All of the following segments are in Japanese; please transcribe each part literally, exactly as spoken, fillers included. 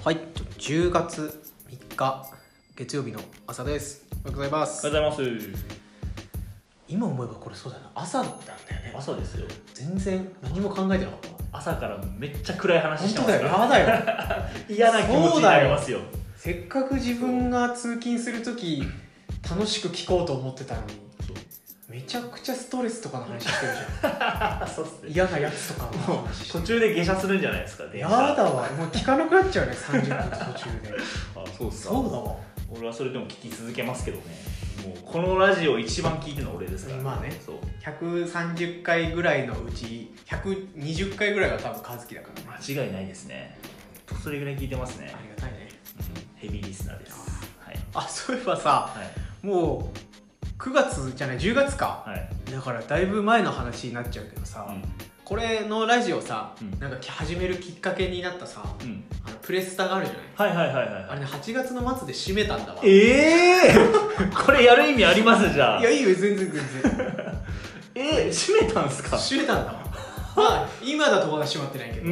はい、じゅうがつみっか月曜日の朝です。おはようございます。 おはようございます。 今思えばこれそうだな、朝なんだよね。 朝ですよ。 全然何も考えてなかった。 朝からめっちゃ暗い話してますから。 本当だよ、やだよ。 嫌な気持ちになりますよ。 せっかく自分が通勤するとき楽しく聞こうと思ってたのに、めちゃくちゃストレスとかの話してるじゃん。 そうっすね。 嫌なやつとかのもう途中で下車するんじゃないですか。 やだわ、もう聞かなくなっちゃうね、さんじゅっぷん途中で。 あ、そうっすか。 そうだわ。 俺はそれでも聞き続けますけどね。もうこのラジオ一番聞いてるのは俺ですから。 まあね、 そう。 ひゃくさんじゅっかいぐらいのうちひゃくにじゅっかいぐらいは多分和樹だからね。 間違いないですね。それぐらい聞いてますね。 ありがたいね。 うん、ヘビーリスナーです。はい。 あ、そういえばさ、 はい、 もうくがつじゃないじゅうがつか、 はい、 だからだいぶ前の話になっちゃうけどさ、うん、これのラジオさ、うん、なんか始めるきっかけになったさ、うん、あのプレスタがあるじゃない。 はいはいはいはい。 あれね、はちがつの末で閉めたんだわ。 ええー、これやる意味ありますじゃあ。 いや、いいよ、全然全然。 えー、閉めたんすか。 閉めたんだわ。まあ今だとまだ閉まってないけど、うん、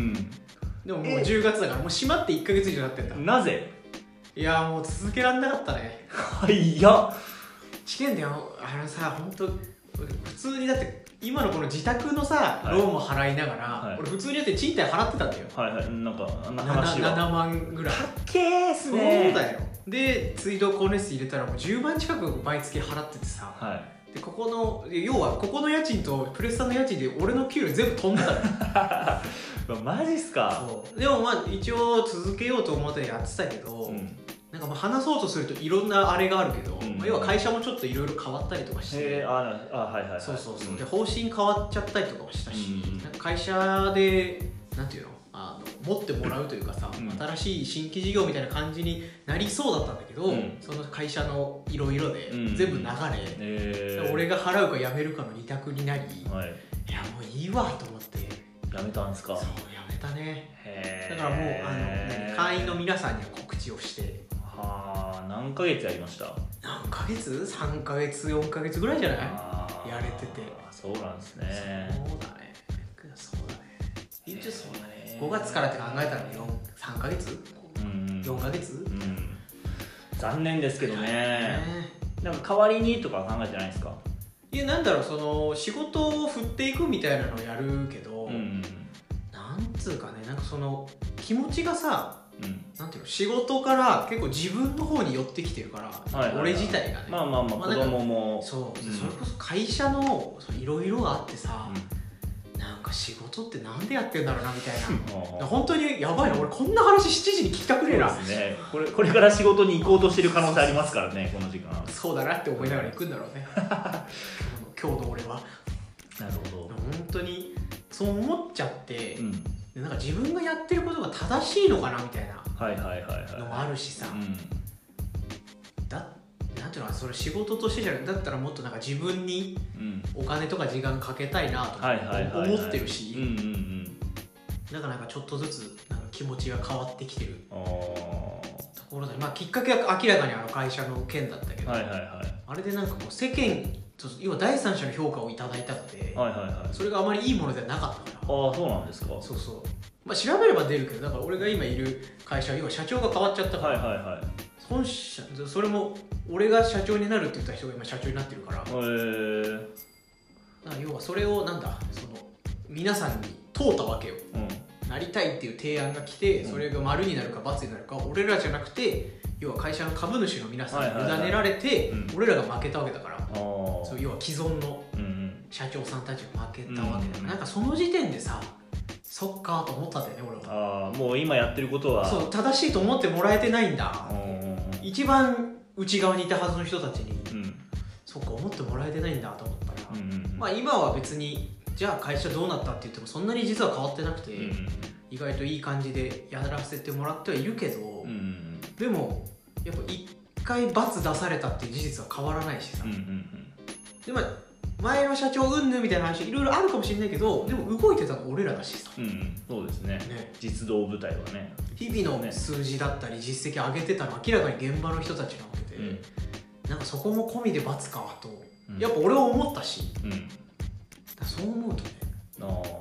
でももうじゅうがつだからもう閉まっていっかげつ以上経ってんだ。 なぜ。 いや、もう続けられなかったね。 はいや試験だよ。あのさ、本当普通にだって今のこの自宅のさ、はい、ローンも払いながら、はい、俺普通にだって賃貸払ってたんだよ。はいはい、なんかあんな話はななまんぐらい。かっけーっすね。そうだよ。で水道光熱費入れたらもうじゅうまん近く毎月払っててさ、はい、でここの要はここの家賃とプレスさんの家賃で俺の給料全部飛んでたの。 マジっすか。 そうでもまあ一応続けようと思ってやってたけど、うん、なんかまあ話そうとするといろんなあれがあるけど、うん、まあ、要は会社もちょっといろいろ変わったりとかして、 へー、ああ、はいはいはい、 そうそうそう、 うん、 で方針変わっちゃったりとかもしたし、うん、なんか会社でなんていうの、あの持ってもらうというかさ、うん、新しい新規事業みたいな感じになりそうだったんだけど、うん、その会社のいろいろで全部流れ、うん、えー、俺が払うか辞めるかの二択になり、はい、いやもういいわと思って辞めたんですか。 そう、辞めたね。へだからもうあの会員の皆さんには告知をして。 はあ、何ヶ月やりました。 何ヶ月 ?さん ヶ月よんかげつぐらいじゃない。やれてて。 そうなんですね。 そうだね、そうだね。一応そうだね、ごがつからって考えたらさんかげつ、うん、よんかげつ、うん、 残念ですけどね。なんか代わりにとか考えてないですか。 いや、なんだろう、その仕事を振っていくみたいなのをやるけど、うん、なんつうかね、なんかその気持ちがさ、うん、なんていうの、仕事から結構自分の方に寄ってきてるから、はいはいはい、俺自体がね、 まあまあまあ、まあ、子供もそう、うん、それこそ会社のいろいろがあってさ、うん、なんか仕事ってなんでやってんだろうなみたいな、本当にやばいな、俺こんな話しちじに聞きたくねえな。 そうですね、これ、これから仕事に行こうとしてる可能性ありますからね、この時間。 そうだなって思いながら行くんだろうね。今日の俺は。 なるほど。 本当にそう思っちゃって、うん、でなんか自分がやってることが正しいのかなみたいなのもあるしさ、だなんていうの、それ仕事としてじゃなくて、だったらもっとなんか自分にお金とか時間かけたいなと思ってるし、だからなんかちょっとずつなんか気持ちが変わってきてるところで、まあ、きっかけは明らかにあの会社の件だったけど、はいはいはい、あれでなんかこう世間、要は第三者の評価をいただいたので、はいはいはい、それがあまりいいものではなかったから。 ああ、そうなんですか。 そうそう、まあ、調べれば出るけど、だから俺が今いる会社は要は社長が変わっちゃったから、はいはいはい、本社それも俺が社長になるって言った人が今社長になってるから、へー、だから要はそれをなんだ、その皆さんに問うたわけよ、うん、なりたいっていう提案が来て、それが丸になるか×になるか、俺らじゃなくて要は会社の株主の皆さんに委ねられて、俺らが負けたわけだから、そう要は既存の社長さんたちが負けたわけだから、うん、なんかその時点でさ、そっかと思ったんだよね、俺は。 あ、もう今やってることはそう正しいと思ってもらえてないんだ、一番内側にいたはずの人たちに、うん、そっか思ってもらえてないんだと思ったら、うんうん、まあ今は別にじゃあ会社どうなったって言ってもそんなに実は変わってなくて、うんうん、意外といい感じでやらせてもらってはいるけど、うんうん、でもやっぱ一回罰出されたっていう事実は変わらないしさ、うんうんうん、でまあ前の社長うんぬんみたいな話いろいろあるかもしれないけど、でも動いてたの俺らだしさ、 うん、そうです ね, ね実動部隊はね、 日々の数字だったり実績上げてたのは明らかに現場の人たちなわけで、うん、なんかそこも込みで罰かと、うん、やっぱ俺は思ったし、うん、だそう思うとね、あなんか今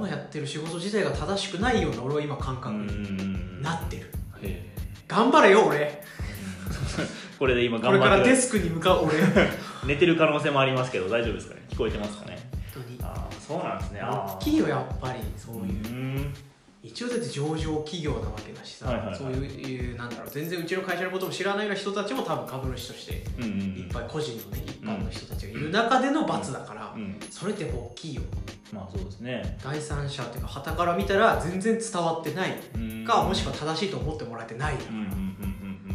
今やってる仕事自体が正しくないような俺は今感覚になってる。頑張れよ俺これで今頑張ってこれからデスクに向かう俺寝てる可能性もありますけど大丈夫ですかね、聞こえてますかね。 本当にああそうなんですね。 大きいよやっぱりそういう、うん一応だって上場企業なわけだしさ、はいはいはい、そういうなんだろう全然うちの会社のことも知らないような人たちも多分株主としていっぱい個人のね一般の人たちがいる中での罰だから、うんうん、それって大きいよ。 まあそうですね。 第三者っていうか旗から見たら全然伝わってないか、もしくは正しいと思ってもらえてないだから、うんうんうんうん、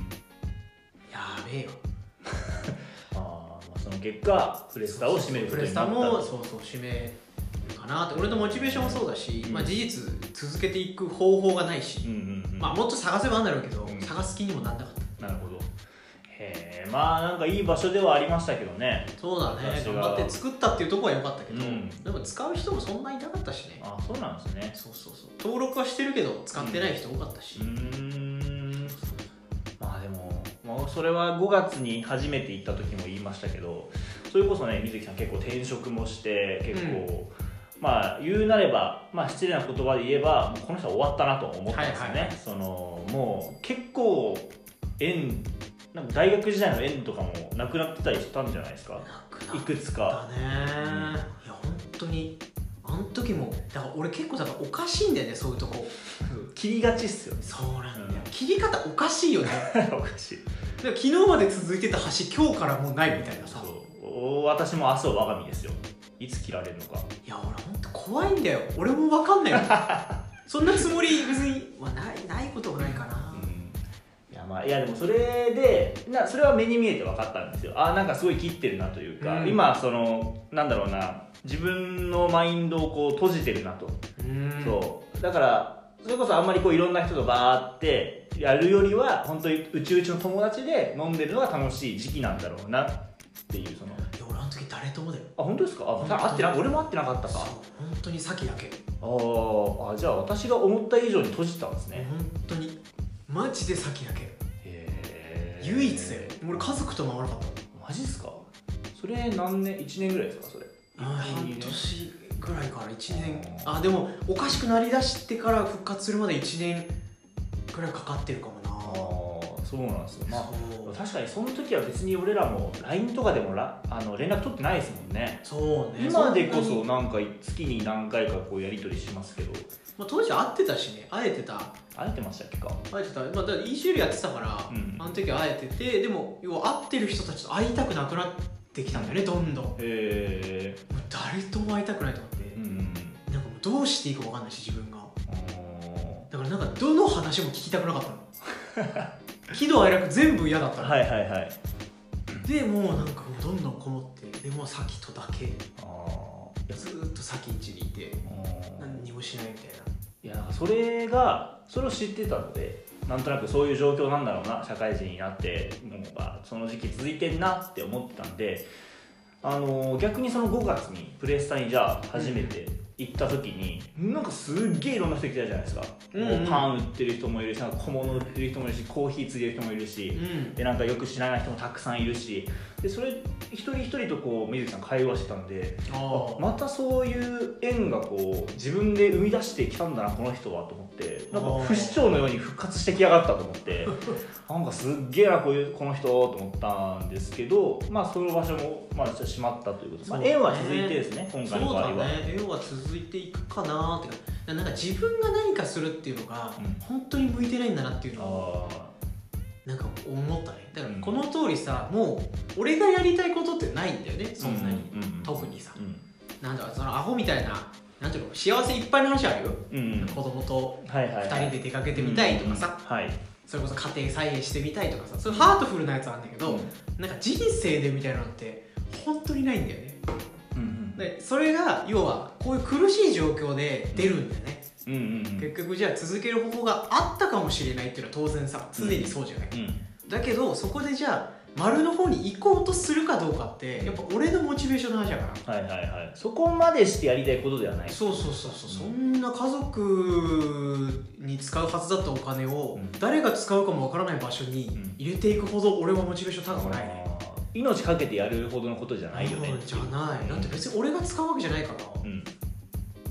やべえよあ、まあその結果プレスタを締めることになった。 プレスタもそうそう締めかなって。俺のモチベーションもそうだし、うんまあ、事実続けていく方法がないし、うんうんうんまあ、もっと探せばあるんだろうけど、うん、探す気にもなんなかった。 なるほど。へえ、まあなんかいい場所ではありましたけどね。 そうだね、頑張って作ったっていうところは良かったけど、うん、でも使う人もそんなにいなかったしね。 あ、そうなんですね。 そうそうそう、登録はしてるけど使ってない人多かったし、うん、うーんまあでも、まあ、それはごがつに初めて行った時も言いましたけど、それこそね水木さん結構転職もして結構、うんまあ言うなれば、まあ、失礼な言葉で言えばもうこの人は終わったなと思ったんですよね、はいはいはい、そのもう結構縁なんか大学時代の縁とかもなくなってたりしたんじゃないですか。なくなったね。いくつかね、うん、いや本当にあの時もだから俺結構だからおかしいんだよねそういうとこ切りがちっすよね。 そうなんだよ、うん、切り方おかしいよねおかしい。 昨日まで続いてた橋今日からもうないみたいなさ。 そう私も明日は我が身ですよ。いつ切られるのか。 いや俺ほんと怖いんだよ。俺も分かんないよそんなつもり別に、まあ、ないないこともないかな、うん、 いやまあいやでもそれでなそれは目に見えて分かったんですよ。あなんかすごい切ってるなというか、うん、今そのなんだろうな自分のマインドをこう閉じてるなと、うん、そうだからそれこそあんまりこういろんな人とバーってやるよりは本当にうちうちの友達で飲んでるのが楽しい時期なんだろうなっていうその。 あの時誰ともだよ。 あ本当ですか。あ会ってな俺も会ってなかったか。そう本当に先だけ。 ああじゃあ私が思った以上に閉じたんですね。 本当にマジで先だけ。へえ。唯一だよ。俺家族とも会わなかった。 マジですか。それ何年いちねんぐらいですかそれ。 あ半年ぐらいからいちねん。あでもおかしくなりだしてから復活するまでいちねんぐらいかかってるかもな。 そうなんですよ、まあ、確かにその時は別に俺らも ライン とかでもらあの連絡取ってないですもんね。 そうね。 今でこそなんか月に何回かこうやり取りしますけど、 まあ、当時会ってたしね。会えてた会えてましたっけか。 会えてた、まあ、だから イーシーエル やってたから、うん、あの時は会えててでも要は会ってる人たちと会いたくなくなってきたんだよねどんどん。へえ。もう誰とも会いたくないと思って、うん、なんかもうどうしていいか分かんないし自分が。だからなんかどの話も聞きたくなかったの喜怒哀楽全部嫌だったの。 はいはいはい。 でもうなんかもうどんどんこもってでもう先とだけずーっと先んちにいて何にもしないみたいな。 いやなんかそれがそれを知ってたのでなんとなくそういう状況なんだろうな社会人になってもうその時期続いてんなって思ってたんで、あの逆にそのごがつにプレスタにじゃあ初めて、うん行った時になんかすっげえいろんな人来たじゃないですか、うんうん、もうパン売ってる人もいるしなんか小物売ってる人もいるしコーヒーついてる人もいるし、うん、でなんかよく知らない人もたくさんいるしでそれ一人一人とこう水木さん会話してたんであまたそういう縁がこう自分で生み出してきたんだなこの人はと思ってなんか不死鳥のように復活してきやがったと思ってなんかすっげえなこういうこの人と思ったんですけどまあその場所もまあ閉まったということで、まあ、縁は続いてですね今回の場合は。そうだね縁は続いていくかなってかなんか自分が何かするっていうのが本当に向いてないんだなっていうのをなんか思ったね。だからこの通りさもう俺がやりたいことってないんだよねそんなに、うんうんうん、特にさ、うん、なんだかそのアホみたいななんていうの幸せいっぱいの話あるよ、うんうん、子供とふたりで出かけてみたいとかさ、はいはいはい、それこそ家庭菜園してみたいとかさそういうハートフルなやつあるんだけど、うん、なんか人生でみたいなのって本当にないんだよね。でそれが要はこういう苦しい状況で出るんだよね、うんうんうん、結局じゃあ続ける方法があったかもしれないっていうのは当然さ常にそうじゃない、うんうん、だけどそこでじゃあ丸の方に行こうとするかどうかってやっぱ俺のモチベーションの話だから、 はいはいはい、そこまでしてやりたいことではない。 そうそうそうそう、うん、そんな家族に使うはずだったお金を誰が使うかもわからない場所に入れていくほど俺はモチベーション高くないね、うん命かけてやるほどのことじゃないよね。 じゃない。だって別に俺が使うわけじゃないから、うん、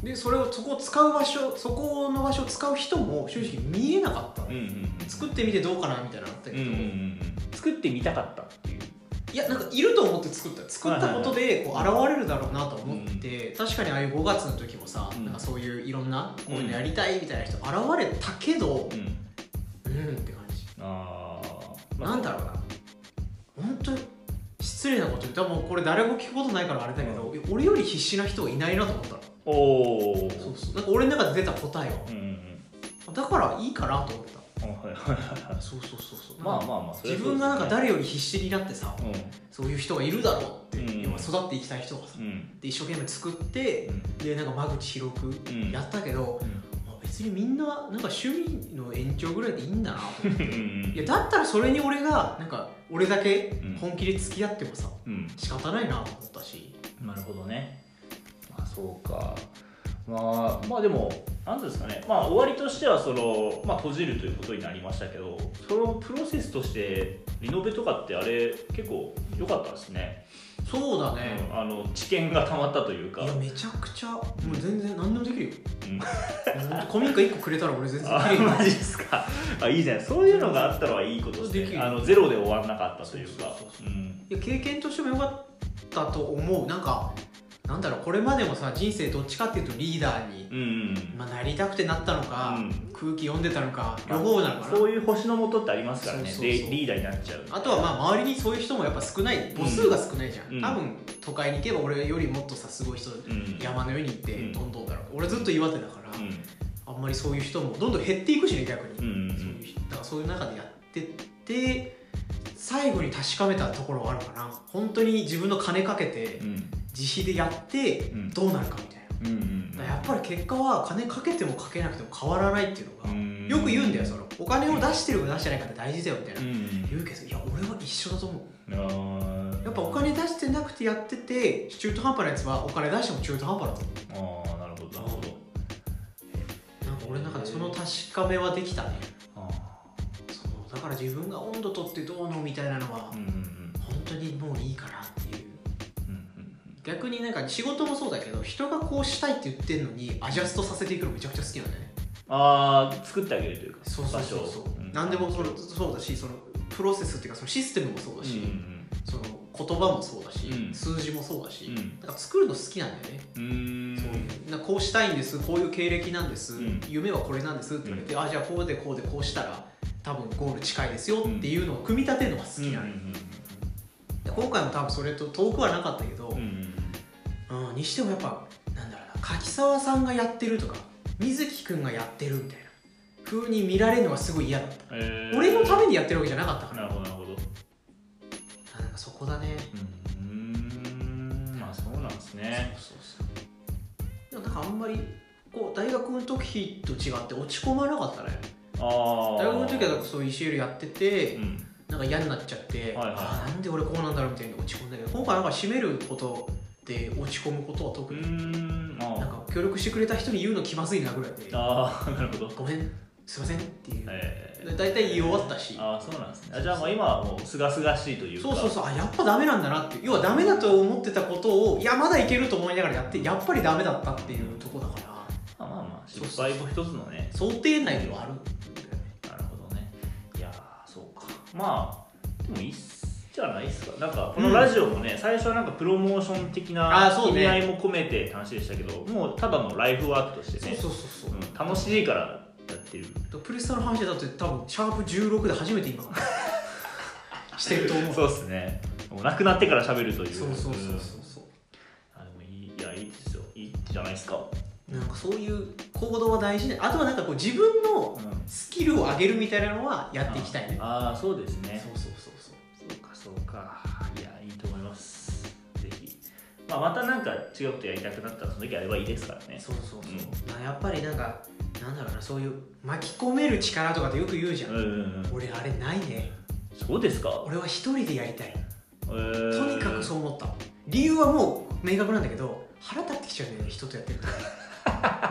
でそれをそこを使う場所そこの場所を使う人も正直見えなかった、うんうんうん、作ってみてどうかなみたいなのあったけど、うんうんうん、 作ってみたかったっていういやなんかいると思って作った作ったことでこう現れるだろうなと思って、うん、確かにああいうごがつの時もさ、うん、なんかそういういろんなこういうのやりたいみたいな人現れたけど、うん、うんって感じ。あ、まあ、なんだろうな本当に失礼なこと言ったらもうこれ誰も聞くことないからあれだけど、うん、俺より必死な人はいないなと思ったの。おそうそうなんか俺の中で出た答えを、うんうん、だからいいかなと思った。そうそうそうそうまあまあまあ自分がなんか誰より必死になってさ、うん、そういう人がいるだろうって、うん、要は育っていきたい人がさ、うん、で一生懸命作って、うん、でなんか間口広くやったけど、うんまあ、別にみんななんか趣味の延長ぐらいでいいんだなと思っていやだったらそれに俺がなんか俺だけ本気で付き合ってもさ、うん、仕方ないなと思ったし。 なるほどね。まあそうか。まあ、まあでも何ですかね、まあ終わりとしてはその、まあ、閉じるということになりましたけど、そのプロセスとしてリノベとかってあれ結構良かったですね。 そうだね、 うん、あの知見がたまったというか。 いやめちゃくちゃもう全然何でもできるよ、うん、古民家いっこくれたら俺全然できるよ。 マジですか。あいいじゃない、そういうのがあったのはいいことですね。あのゼロで終わらなかったというか。 いや経験としても良かったと思う。なんかなんだろうこれまでもさ人生どっちかっていうとリーダーに、うんうんまあ、なりたくてなったのか、うん、空気読んでたのか両方なのかな。 そういう星の下ってありますからね。そうそうそうでリーダーになっちゃう。 あとはまあ周りにそういう人もやっぱ少ない母数が少ないじゃん、うん、多分都会に行けば俺よりもっとさすごい人、うん、山のように行ってどんどんだろう、俺ずっと岩手だから、うん、あんまりそういう人もどんどん減っていくしね逆に、うんうんうん、そういうだからそういう中でやってって最後に確かめたところはあるかな。本当に自分の金かけて、うん自費でやってどうなるかみたいな、うんうんうん、やっぱり結果は金かけてもかけなくても変わらないっていうのが、うん、よく言うんだよ。そのお金を出してるか出してないかって大事だよみたいな、うん、言うけどいや俺は一緒だと思う。やっぱお金出してなくてやってて中途半端なやつはお金出しても中途半端だと思う。 ああなるほどなるほど。 なんか俺の中でその確かめはできたね。あそうだから自分が温度とってどうのみたいなのは、うんうんうん、本当にもういいかなっていう。逆になんか仕事もそうだけど人がこうしたいって言ってるのにアジャストさせていくのめちゃくちゃ好きなんだよね。 ああ作ってあげるというかそうそうそうそう、うん、何でもそのそうだしそのプロセスっていうかそのシステムもそうだし、うんうん、その言葉もそうだし、うん、数字もそうだし、うん、だから作るの好きなんだよね。うーんそういうなんかこうしたいんですこういう経歴なんです、うん、夢はこれなんですって言われて、うん、あじゃあこうでこうでこうしたら多分ゴール近いですよっていうのを組み立てるのが好きなの、うんうんうん、今回も多分それと遠くはなかったけど、うんうんうん、にしてもやっぱなんだろうな柿沢さんがやってるとか水木くんがやってるみたいな風に見られるのがすごい嫌だった、えー、俺のためにやってるわけじゃなかったから。 なるほどなるほど。 なんかそこだね。 うーんまあそうなんですね。そうそうそうでもなんかあんまりこう大学の時と違って落ち込まなかったね。あ大学の時はそういう イーシーエル やってて、うん、なんか嫌になっちゃって、はいはい、あなんで俺こうなんだろうみたいに落ち込んだけど今回なんか締めることで落ち込むことは特にうんなんか協力してくれた人に言うの気まずいなぐらいでああなるほどごめんすいませんっていう、えー、だいたい言い終わったしあそうなんですね。じゃあもう今はもうすがすがしいというかそうそうそうあやっぱダメなんだなって要はダメだと思ってたことをいやまだいけると思いながらやってやっぱりダメだったっていうとこだから、 まあまあまあ失敗も一つのね想定内ではあるんだよね。 なるほどね。いやそうかまあでもいいっすじゃないっすか。なんかこのラジオもね、うん、最初はなんかプロモーション的な意味合いも込めて話でしたけど、もうただのライフワークとしてねそうそうそうそう、 うん、楽しいからやってる。 プレスタの話だって多分シャープじゅうろくで初めて今してると思う。 そうですね。もう亡くなってから喋るという。 そうそうそうそうそう、うん、 あでもいいいやいいですよいいじゃないですか。 なんかそういう行動は大事であとはなんかこう自分のスキルを上げるみたいなのはやっていきたいね。 うん、ああそうですね。 そうそうそうそうそうかそうかいやいいと思います。ぜひ、まあ、またなんか違うことやりたくなったらその時あればいいですからね。 そうそうそう、うん、やっぱりなんかなんだろうなそういう巻き込める力とかってよく言うじゃん、うんうんうん、俺あれないね。 そうですか。 俺は一人でやりたい、えー、とにかくそう思った。理由はもう明確なんだけど腹立ってきちゃうんだよね人とやってると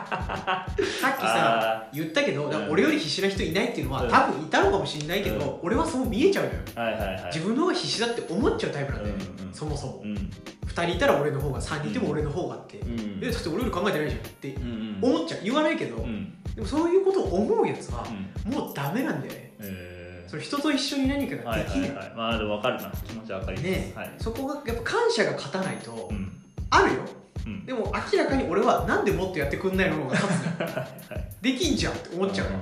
さっきさ言ったけど、だから俺より必死な人いないっていうのは、うん、多分いたのかもしれないけど、うん、俺はそう見えちゃうのよ、はいはいはい、自分の方が必死だって思っちゃうタイプなんだよ、うんうん、そもそも、うん、ふたりいたら俺の方が、さんにんいても俺の方がって、うん、えだって俺より考えてないじゃんって思っちゃう、言わないけど、うん、でもそういうことを思うやつは、うん、もうダメなんだよね、えー、それ人と一緒に何かができない、はいはいはい、まあでも分かるな、気持ちは分かりますね、はい、そこがやっぱ感謝が勝たないと、うん、あるよ、うん、でも明らかに俺はなんでもっとやってくんないの方が勝つのよできんじゃんって思っちゃうの、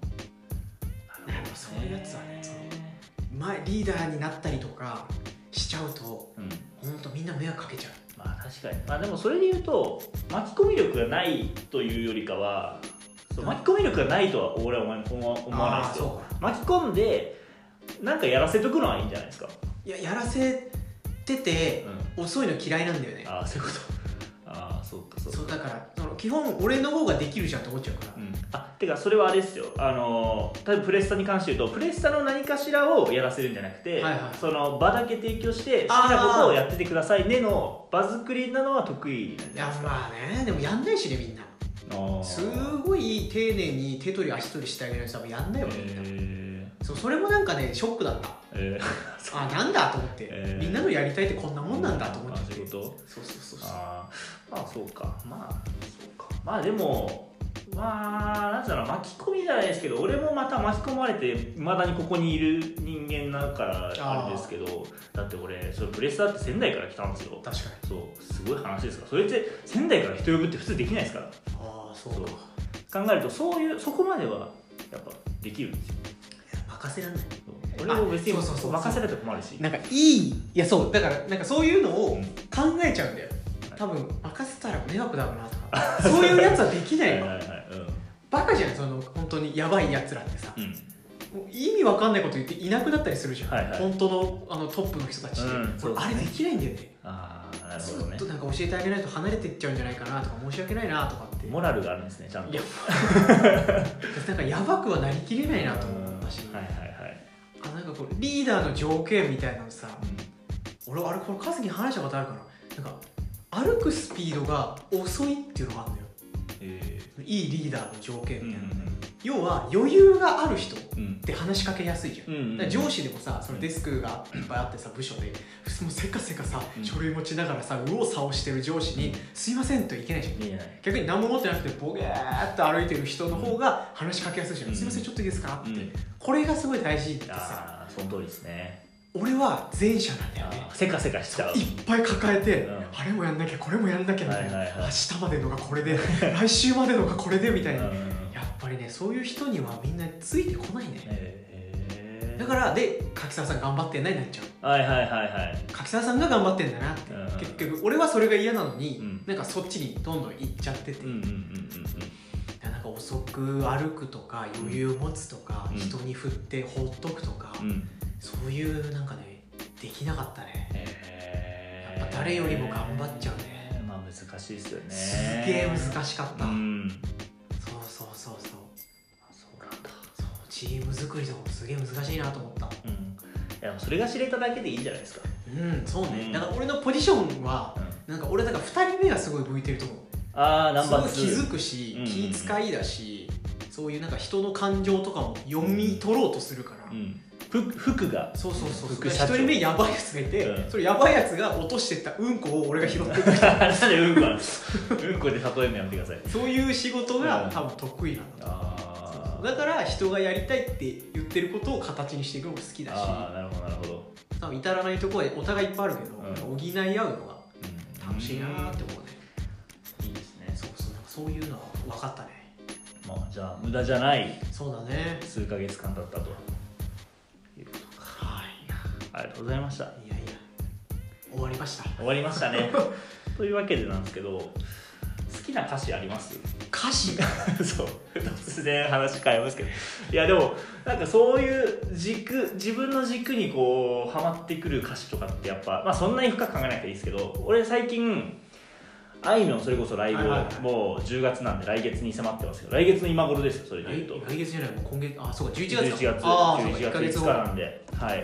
そういうやつはね、その前リーダーになったりとかしちゃうと、うん、ほんとみんな迷惑かけちゃう。 まあ確かに、まあでもそれで言うと巻き込み力がないというよりかは、そう巻き込み力がないとは俺は思わないですよ。巻き込んでなんかやらせとくのはいいんじゃないですか。 いや、やらせてて、うん、遅いの嫌いなんだよね。 ああ、そういうこと。ああ、そうかそうか。 そうだからその基本俺の方ができるじゃんって思っちゃうから、うん、 あ、てかそれはあれですよ、あの例えばプレスタに関して言うと、プレスタの何かしらをやらせるんじゃなくて、はいはい、その場だけ提供して好きなことをやっててくださいねの場作りなのは得意なんじゃないですか。 いやまあね、でもやんないしね、みんな。すごい丁寧に手取り足取りしてあげる人はやんないよ、みんな。そう、それもなんかねショックだった、えー、あ、なんだと思って、えー、みんなのやりたいってこんなもんなんだと思って、 うん、そういうこと。 そうそうそうそう。 あ、まあそうか、まあそうか、まあでもまあなんだろう、巻き込みじゃないですけど、俺もまた巻き込まれていまだにここにいる人間だからあれですけど、だって俺それプレスターって仙台から来たんですよ。 確かに。 そうすごい話ですから、それって仙台から人呼ぶって普通できないですから。ああ、そうか。 そう考えるとそういうそこまではやっぱできるんですよ。 任せられない。 俺も別に任せられたら困るし、 なんかいい、いやそうだからなんかそういうのを考えちゃうんだよ、うん、多分任せたら迷惑だろうなとかそういうやつはできないよ。はいはいはい、うん、バカじゃん、その本当にやばいやつらってさ、うん、もう意味わかんないこと言っていなくなったりするじゃん、はいはい、本当のあのトップの人たちって、うん、そうですね、あれできないんだよね。ああ、なるほどね。ずっとなんか教えてあげないと離れてっちゃうんじゃないかなとか、申し訳ないなとかって。 モラルがあるんですね、ちゃんと。いやなんかやばくはなりきれないなと思ったし、はいはいはい、あ、なんかこうリーダーの条件みたいなのさ、うん、俺あれこれカズキに話したことあるかな、なんか歩くスピードが遅いっていうのがあるんだよ、えー、いいリーダーの条件みたいな、うんうん、要は余裕がある人って話しかけやすいじゃん、うんうんうん、だから上司でもさ、そのデスクがいっぱいあってさ、部署でもうせかせかさ、うん、書類持ちながらさ右往左往してる上司に「すいません」といけないじゃん、い逆に何も持ってなくてボゲーっと歩いてる人の方が話しかけやすいじゃん、うん、すいませんちょっといいですかって、うん、これがすごい大事ってさ。 あ、その通りですね。 俺は前者なんだよね。 せかせかしちゃう、 いっぱい抱えて、うん、あれもやんなきゃこれもやんなきゃみたいな、はいはいはい、明日までのがこれで来週までのがこれでみたいな、うん、やっぱりねそういう人にはみんなついてこないね、えー、だからで柿沢さん頑張ってんなになっちゃう。はいはいはいはい、柿沢さんが頑張ってんだなって、うん、結局俺はそれが嫌なのに、うん、なんかそっちにどんどん行っちゃってて、うんうんうんうん、なんか遅く歩くとか余裕持つとか、うん、人に振って放っとくとか、うん、そういうなんかねできなかったね、えー、やっぱ誰よりも頑張っちゃうね、 えー、まあ難しいですよね。 すげえ難しかった、うん、そうそうそうそう、 そうなんだ。 そう、チーム作りとかもすげえ難しいなと思った、うん、いやそれが知れただけでいいんじゃないですか。 うん、そうね、うん、だから俺のポジションは、うん、なんか俺だからふたりめがすごい向いてると思う。ああ、ナンバーツーすごい気づくし、うん、気遣いだし、そういうなんか人の感情とかも読み取ろうとするから、うん、 服がそうそうそう、ひとりめやばいやつがいて、うん、それやばいやつが落としてったうんこを俺が拾ってくるなんでうんこなんですかうんこで例えるのやめてください。 そういう仕事が多分得意なんだ、うん、あだから人がやりたいって言ってることを形にしていくのも好きだし、 あなるほどなるほど、 多分至らないところはお互いいっぱいあるけど、うん、補い合うのが楽しいなって思うね、 うん、いいですね。 そうそう、そういうのは分かったね。 まあじゃあ無駄じゃないそうだね数ヶ月間だったということか。はい、ありがとうございました。いやいや終わりました終わりましたねというわけでなんですけど、好きな歌詞あります？ 歌詞そう突然話変えますけど、いやでもなんかそういう軸、自分の軸にこうハマってくる歌詞とかってやっぱ、まあそんなに深く考えなくていいですけど、俺最近あいみょんそれこそライブ、はいはいはい、もうじゅうがつなんで来月に迫ってますけど、来月の今頃ですよ。それで言うと来月じゃない、もう今月、あそうかじゅういちがつか、 じゅういちがつじゅういちがついつかなんで、はい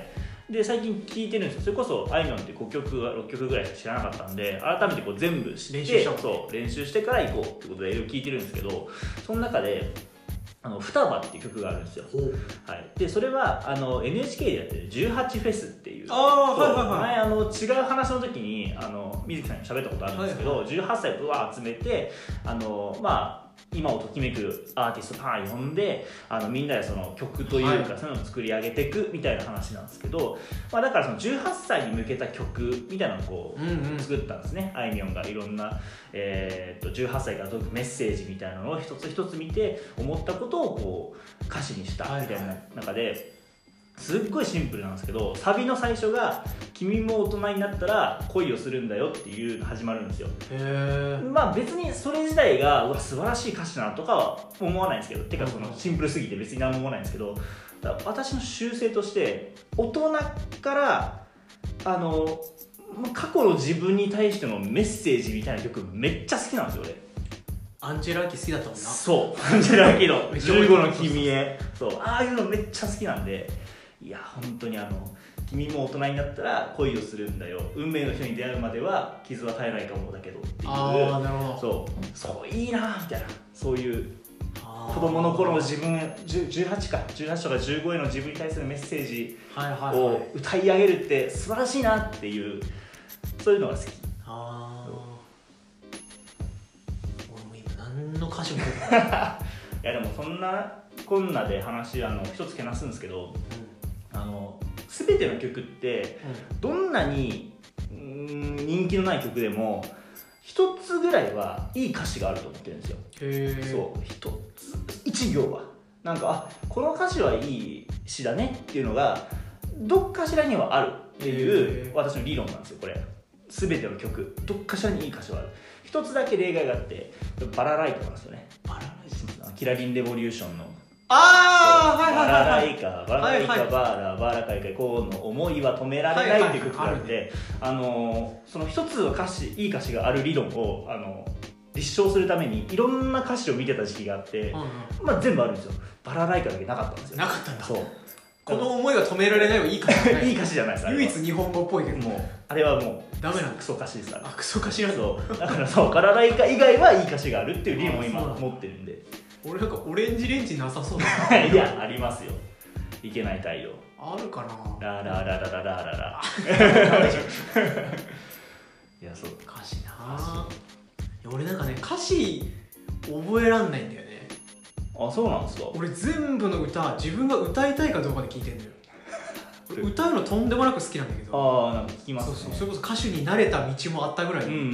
で最近聴いてるんですよ。それこそあいみょんってごきょくろっきょくぐらいしか知らなかったんで、改めてこう全部知って練習したそう練習してから行こうってことでいろいろ聴いてるんですけど、その中であの双葉っていう曲があるんですよ。はい、でそれはあの エヌエイチケー でやってるじゅうはちフェスっていう、 あ、はいはいはい、 前あの違う話の時にあの水木さんに喋ったことあるんですけど、はいはい、じゅうはっさいぶわ集めてあのまあ今をときめくアーティストパーン呼んであのみんなでその曲というか、はい、そういうのを作り上げていくみたいな話なんですけど、まあ、だからそのじゅうはっさいに向けた曲みたいなのをこう、うんうん、作ったんですね。あいみょんがいろんな、えー、っとじゅうはっさいから届くメッセージみたいなのを一つ一つ見て思ったことをこう歌詞にしたみたいな中で、はいはい、すっごいシンプルなんですけど、サビの最初が「君も大人になったら恋をするんだよ」っていうの始まるんですよ。へー、まあ別にそれ自体がうわ素晴らしい歌詞だなとかは思わないんですけど、てかそのシンプルすぎて別に何も思わないんですけど、だから私の習性として大人からあの過去の自分に対してのメッセージみたいな曲めっちゃ好きなんですよ俺。 アンジェラ・アキ好きだったもんな。 そうアンジェラ・アキのじゅうごの君へ、そうああいうのめっちゃ好きなんで、いや本当にあの君も大人になったら恋をするんだよ、運命の人に出会うまでは傷は絶えないかもだけどっていう、 ああなるほど、 そうそういいなみたいな、そういう子供の頃の自分じゅうはちかじゅうはちとかじゅうごへの自分に対するメッセージを歌い上げるって素晴らしいなっていう、そういうのが好き。ああ俺も今何の歌詞も出てないいやでもそんなこんなで話あの一つけなすんですけど、うん、あの全ての曲ってどんなにん人気のない曲でも一つぐらいはいい歌詞があると思ってるんですよ。へー、そう一つ一行はなんかあこの歌詞はいい詩だねっていうのがどっかしらにはあるっていう私の理論なんですよ。これ全ての曲どっかしらにいい歌詞はある。一つだけ例外があってバラライカなんですよね。バラライカ、キラリンレボリューションのああはいはいはい、 バラライカバラライカバーラバーラカイカこうの思いは止められないっていう曲があって、あのその一つの歌詞いい歌詞がある理論をあの立証するためにいろんな歌詞を見てた時期があって、うんうん、まあ全部あるんですよ。バラライカだけなかったんですよ。 なかったんだ。 そうこの思いは止められないはいい歌詞じゃないいい歌詞じゃないです。 唯一日本語っぽいけどもうあれはもうダメなんクソ歌詞ですから。 あクソ歌詞なんだ。 そうだからそうバラライカ以外はいい歌詞があるっていう理論を今持ってるんで。 俺なんかオレンジレンジなさそうだいやありますよ。いけない太陽あるかな。 ララララララララいやそう歌詞な。俺なんかね歌詞覚えらんないんだよね。 あそうなんですか。 俺全部の歌自分が歌いたいかどうかで聞いてんのよ歌うのとんでもなく好きなんだけど。 ああなんか聞きますね。 そうそうそれこそ歌手になれた道もあったぐらい、うんうんうん、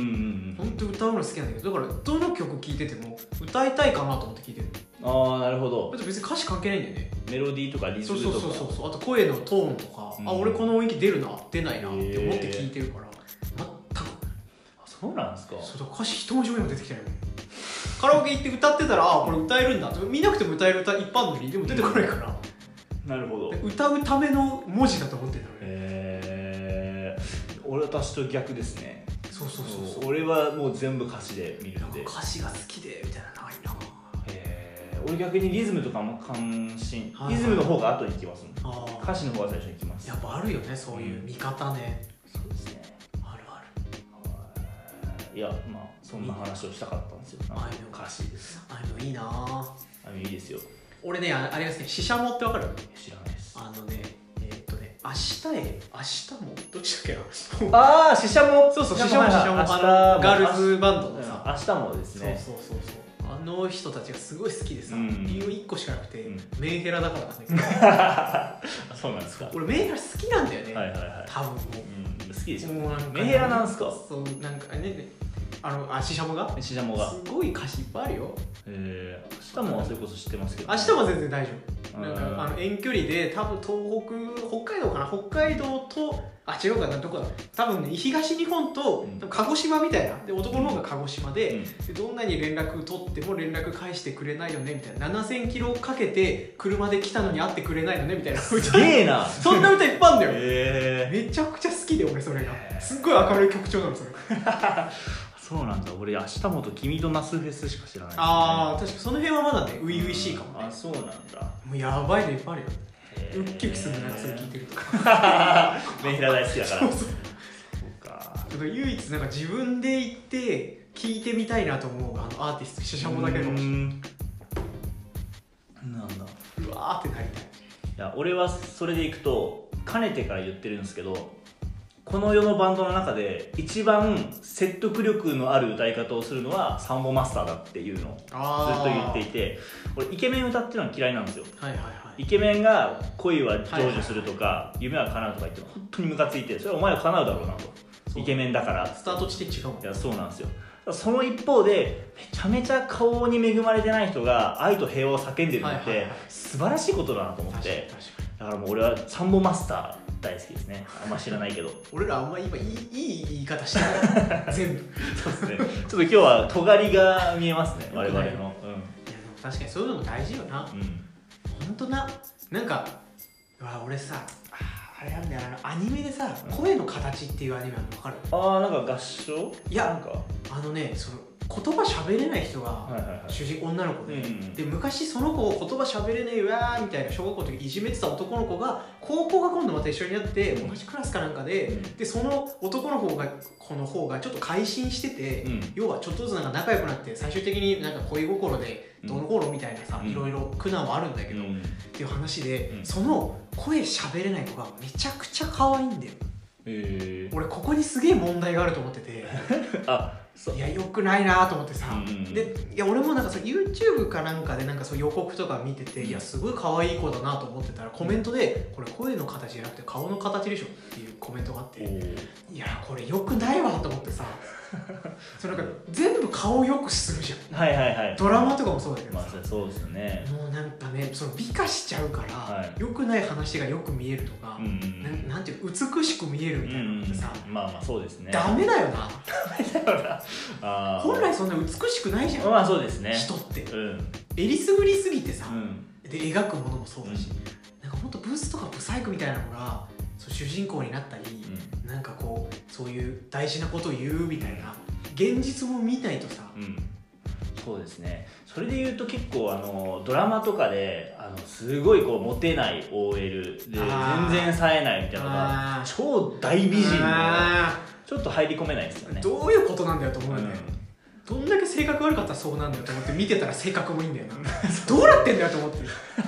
本当歌うの好きなんだけど、だからどの曲聴いてても歌いたいかなと思って聴いてる。 ああなるほど。 別に歌詞関係ないんだよね。 メロディーとかリズムとか。そうそうそうそう。あと声のトーンとか、うん、あ俺この音域出るな出ないなって思って聴いてるから、全く。 あそうなんですか。 そうだ歌詞一文字も今出てきてないよね。カラオケ行って歌ってたらあこれ歌えるんだって見なくても歌える歌いっぱいあるのにでも出てこないから。 なるほど。 歌うための文字だと思ってるのね。 へえ。俺私と逆ですね。 そうそうそうそう。 俺はもう全部歌詞で見るんで。 歌詞が好きでみたいなのないな。 へえ。俺逆にリズムとかも関心、はいはい、リズムの方が後に来ますもん。歌詞の方が最初に来ます。 やっぱあるよねそういう見方ね。 うん、そうですね。 あるある。いやまあそんな話をしたかったんですよ。あの歌詞です。 あのいいな。あのいいですよ。 俺ねあれですね、ししゃもってわかる？ 知らないです。 あのね、えー、っとね、明日へ、明日もどっちだっけな。ああ、ししゃも。 そうそう、ししゃもししゃも。あのガールズバンドのさ、 明日もですね。 そうそうそうそう。あの人たちがすごい好きでさ、理由いっこしかなくて、うん、メンヘラだからなんだけど。そうなんですか。 俺メンヘラ好きなんだよね。 はいはいはい。 多分もう、 うん、好きでしょ。メンヘラなんすか。 そうなんかね。あのあししゃもがししゃもがすごい歌詞いっぱいあるよ。 ええー、明日もそれこそ知ってますけど、 ね、明日も全然大丈夫。なんかあの遠距離で多分東北北海道かな、北海道とあ違うかなどこだ多分ね東日本と、うん、鹿児島みたいなで男の方が鹿児島で、うん、でどんなに連絡取っても連絡返してくれないよねみたいなななせんキロかけて車で来たのに会ってくれないのねみたいなすげえなそんな歌いっぱいあるんだよ、 えー、 めちゃくちゃ好きで俺それがすっごい明るい曲調なのそれそうなんだ。俺明日もと君と那須フェスしか知らない、ね、 ああ確かその辺はまだね初々しいかもね、 うん、あそうなんだ。 もうやばいのいっぱいあるよ。 ウッキウキするんだな、それ聞いてるとメンヘラ大好きだからそうそうそうか。唯一なんか自分で行って聞いてみたいなと思うあのアーティスト、シシャモだけかもしれない。なんだうわーってなりたい。いや俺はそれでいくとかねてから言ってるんですけど、この世のバンドの中で一番説得力のある歌い方をするのはサンボマスターだっていうのをずっと言っていて、俺イケメン歌っていうのは嫌いなんですよ。 はいはいはい、 イケメンが恋は成就するとか、はいはいはい、夢は叶うとか言っても本当にムカついて、それはお前は叶うだろうなと、イケメンだからスタート地点違うもん。 いやそうなんですよ。その一方でめちゃめちゃ顔に恵まれてない人が愛と平和を叫んでるのって素晴らしいことだなと思って、だからもう俺はサンボマスター大好きですね。あんま知らないけど俺らあんま今いい、いい言い方してない全部そうですね。ちょっと今日は尖りが見えますね我々の、うん、いやでも確かにそういうのも大事よな、うん、ほんとな。なんかうわ俺さあれなんだよ、あのアニメでさ、うん、声の形っていうアニメあるの分かる？ ああ、なんか合唱？ いやなんかあのね、その言葉喋れない人が主人公、女の子で、うんうん、で昔その子を言葉喋れねえわーみたいな小学校の時いじめてた男の子が高校が今度また一緒になって同じクラスかなんかで、うん、でその男の方がこの方がちょっと改心してて、うん、要はちょっとずつなんか仲良くなって最終的になんか恋心でどの頃みたいなさ、うん、いろいろ苦難はあるんだけど、うん、っていう話で、うん、その声喋れない子がめちゃくちゃ可愛いんだよ。えー、俺ここにすげえ問題があると思っててあいやよくないなと思ってさ、うんうん、でいや俺もなんかさ YouTube かなんかでなんかそう予告とか見てて、うん、いやすごい可愛い子だなと思ってたらコメントで、うん、これ声の形じゃなくて顔の形でしょっていうコメントがあって、いやこれよくないわと思ってさそれなんか全部顔よくするじゃん。 はいはいはい、 ドラマとかもそうだけどさ、 まあ、そうですよね。 もうなんかねその美化しちゃうから、はい、よくない話がよく見えるとか、うんうん、な, なんていう美しく見えるみたいなのってさ、 うんうん、まあまあそうですね。 ダメだよな。 ダメだよな。あ本来そんな美しくないじゃん。 まあそうですね。 人って、うん、えりすぐりすぎてさ、うん、で描くものもそうだし、うん、なんかほんとブスとかブサイクみたいなのがそう主人公になったり、うん、なんかこうそういう大事なことを言うみたいな現実も見ないとさ、うん、 そうですね。それで言うと結構あのドラマとかであのすごいこうモテない オーエルで全然冴えないみたいなのが超大美人のちょっと入り込めないですよね。 どういうことなんだよと思うよね、うん、どんだけ性格悪かったらそうなんだよと思って見てたら性格もいいんだよなどうなってんだよと思って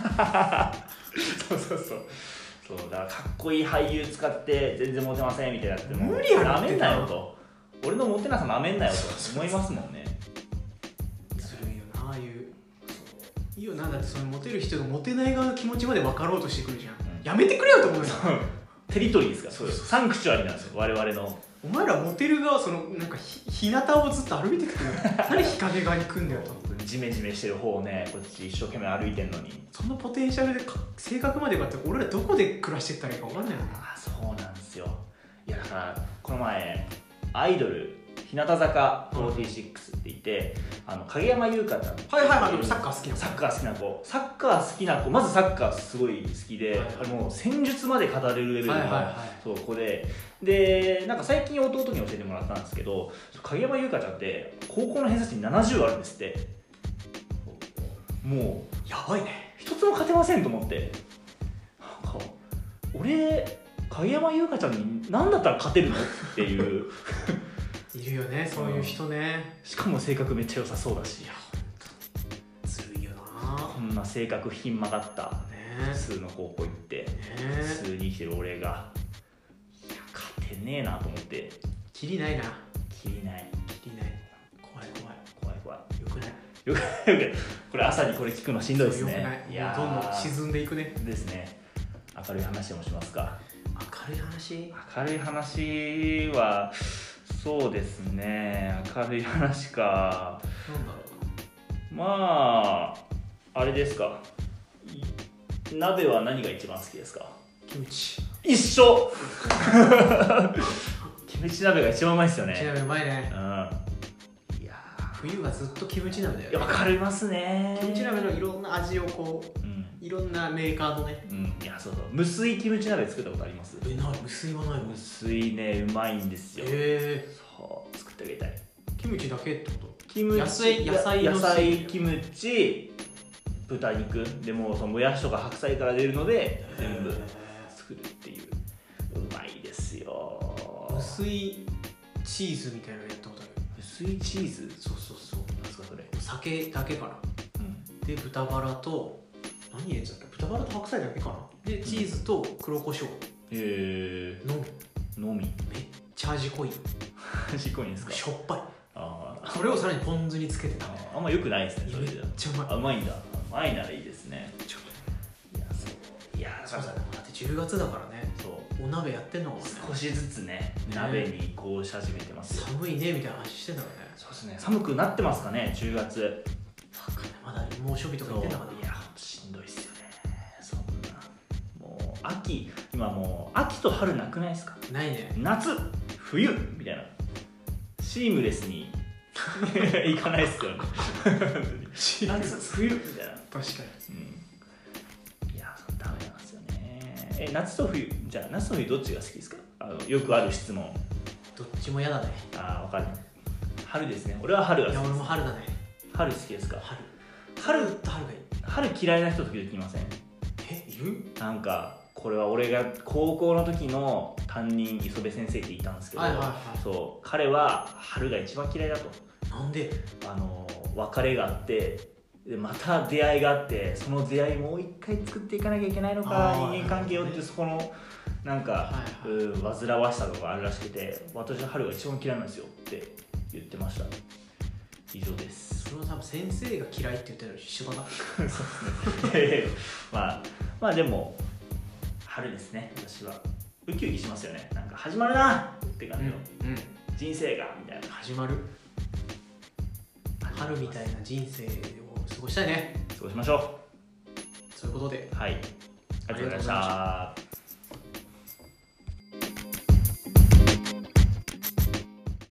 そうそうそうそうだからかっこいい俳優使って全然モテませんみたいなっても無理やろなめんなよと、俺のモテなさなめんなよと思いますもんね。 ずるいよな、ああいういいよな。だってそのモテる人がモテない側の気持ちまで分かろうとしてくるじゃん、うん、やめてくれよと思うよテリトリーですから、そうサンクチュアリなんですよ我々の。 お前らモテる側そのなんかひ日向をずっと歩いてくる何日陰側に来んだよとジメジメしてる方をねこっち一生懸命歩いてんのに、 そのポテンシャルで性格まで分かって俺らどこで暮らしてったらいいか分かんないよね。 あそうなんですよ。いやだからこの前アイドル日向坂フォーティーシックスって言って、うん、あの影山優香ちゃん、 はいはいはい、サッカー好きな子、 サッカー好きな子、サッカー好きな子、まずサッカーすごい好きで、はいはい、あれもう戦術まで語れるレベルの、はいはいはい、そう子で、でなんか最近弟に教えてもらったんですけど、影山優香ちゃんって高校の偏差値ななじゅうあるんですって。もうやばいね、 一つも勝てませんと思って、なんか俺影山優香ちゃんに何だったら勝てるのっていういるよねそういう人ね、 しかも性格めっちゃ良さそうだし、 いやずるいよな、 こんな性格ひん曲がった、ね、普通の高校行って、ね、普通に生きてる俺がいや勝てねえなと思って、 キリないな、 キリないキリない、怖い怖い怖い怖い、 よくないよくないよくない、これ朝にこれ聞くのしんどいですね。 よくない、いやどんどん沈んでいくね。 ですね。明るい話もしますか。 明るい話明るい話はそうですね、明るい話か、 なんだろう、まああれですか、鍋は何が一番好きですか。 キムチ。 一緒キムチ鍋が一番うまいですよね。 キムチ鍋うまいね。 うん、 冬はずっとキムチ鍋だよね。 わかりますね。 キムチ鍋のいろんな味をこう、うん、いろんなメーカーのね、 うん、いやそうそう、無水キムチ鍋作ったことあります。 え、ない、無水はないの。 無水ね、うまいんですよ。へえ。そう作ってあげたい。 キムチだけってこと。 キムチ、 野菜野菜野菜キムチ豚肉でもそのもやしとか白菜から出るので全部作るっていう。うまいですよ。 薄いチーズみたいなのやったことある。 薄いチーズ。 そうそうそう。 なんですかそれ。 酒だけかな、うん、で豚バラと何入れてたっけ、豚バラと白菜だけかな、でチーズと黒胡椒へのみのみめっちゃ味濃い味濃いんですか。 しょっぱい。 あそれをさらにポン酢につけて食べる。 あんま良くないですねそれで。 めっちゃうまい。 あうまいんだ。うまいならいいですね。 ちょいやそういやそうだね。だってじゅうがつだからね。そうお鍋やってんのもね少しずつね鍋に移行し始めてますよ。 寒いねみたいな話してたよね。 そうですね。寒くなってますかねじゅうがつ。 まだ猛暑日とか言ってんだから。 いやしんどいっすよねそんな。もう秋今もう秋と春なくないですか。 ないね。 夏冬みたいなシームレスにいかないっすよね夏冬みたいな。 確かに、 うん、いやダメなんですよね。え夏と冬じゃあ夏と冬どっちが好きですか。あのよくある質問。 どっちも嫌だね。 ああ分かる。春ですね。俺は春が好きです。 いや俺も春だね。 春好きですか。 春春と春がいい。 春嫌いな人時々いません。 えいる。 なんかこれは俺が高校の時の担任磯部先生って言ったんですけど、 はいはいはい、 そう彼は春が一番嫌いだと。 なんで。 あの別れがあってでまた出会いがあってその出会いもう一回作っていかなきゃいけないのか人間関係をって、そこのなんか、はいはい、う煩わしさとかあるらしくて私は春が一番嫌いなんですよって言ってました。以上です。 それは多分先生が嫌いって言ってるのと一緒だなそうですねまあまあでも春ですね。私はウキウキしますよね。なんか始まるなって感じの、うんうん、人生がみたいな。 始まる春みたいな人生を過ごしたいね。 過ごしましょう。 そういうことではいありがとうございました。